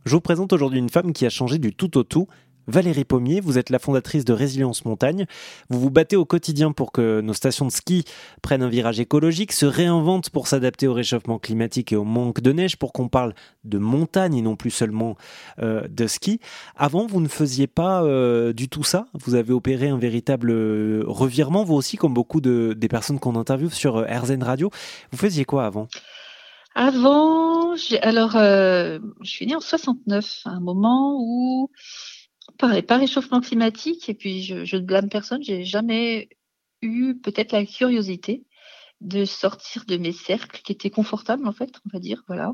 Je vous présente aujourd'hui une femme qui a changé du tout au tout. Valérie Pommier, vous êtes la fondatrice de Résilience Montagne. Vous vous battez au quotidien pour que nos stations de ski prennent un virage écologique, se réinventent pour s'adapter au réchauffement climatique et au manque de neige, pour qu'on parle de montagne et non plus seulement de ski. Avant, vous ne faisiez pas du tout ça. Vous avez opéré un véritable revirement, vous aussi, comme beaucoup des personnes qu'on interviewe sur RZN Radio. Vous faisiez quoi avant ? Avant, je suis née en 69, à un moment où pareil, pas réchauffement climatique, et puis je ne blâme personne, j'ai jamais eu peut-être la curiosité de sortir de mes cercles qui étaient confortables, en fait, on va dire, voilà.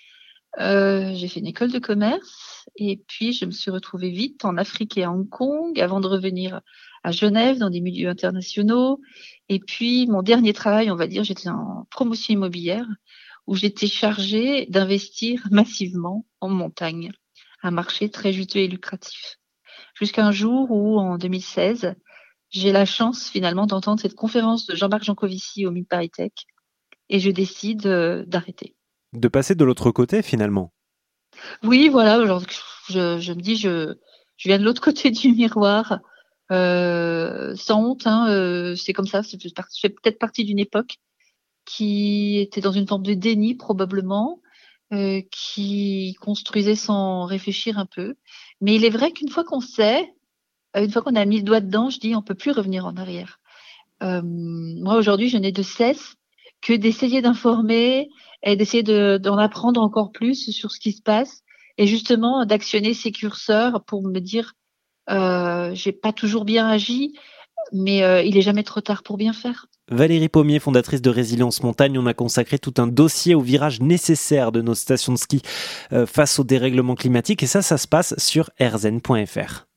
J'ai fait une école de commerce et puis je me suis retrouvée vite en Afrique et à Hong Kong avant de revenir à Genève dans des milieux internationaux. Et puis mon dernier travail, on va dire, j'étais en promotion immobilière où j'étais chargée d'investir massivement en montagne, un marché très juteux et lucratif. Jusqu'à un jour où, en 2016, j'ai la chance finalement d'entendre cette conférence de Jean-Marc Jancovici au MIT Paris Tech et je décide d'arrêter. De passer de l'autre côté, finalement. Oui, voilà, genre, je me dis, je viens de l'autre côté du miroir, sans honte, hein, c'est comme ça, je fais peut-être partie d'une époque qui était dans une forme de déni probablement, qui construisait sans réfléchir un peu. Mais il est vrai qu'une fois qu'on sait, une fois qu'on a mis le doigt dedans, je dis on peut plus revenir en arrière. Moi aujourd'hui, je n'ai de cesse que d'essayer d'informer et d'essayer d'en apprendre encore plus sur ce qui se passe et justement d'actionner ces curseurs pour me dire j'ai pas toujours bien agi, mais il est jamais trop tard pour bien faire. Valérie Pommier, fondatrice de Résilience Montagne, on a consacré tout un dossier au virage nécessaire de nos stations de ski face au dérèglement climatique et ça se passe sur rzn.fr.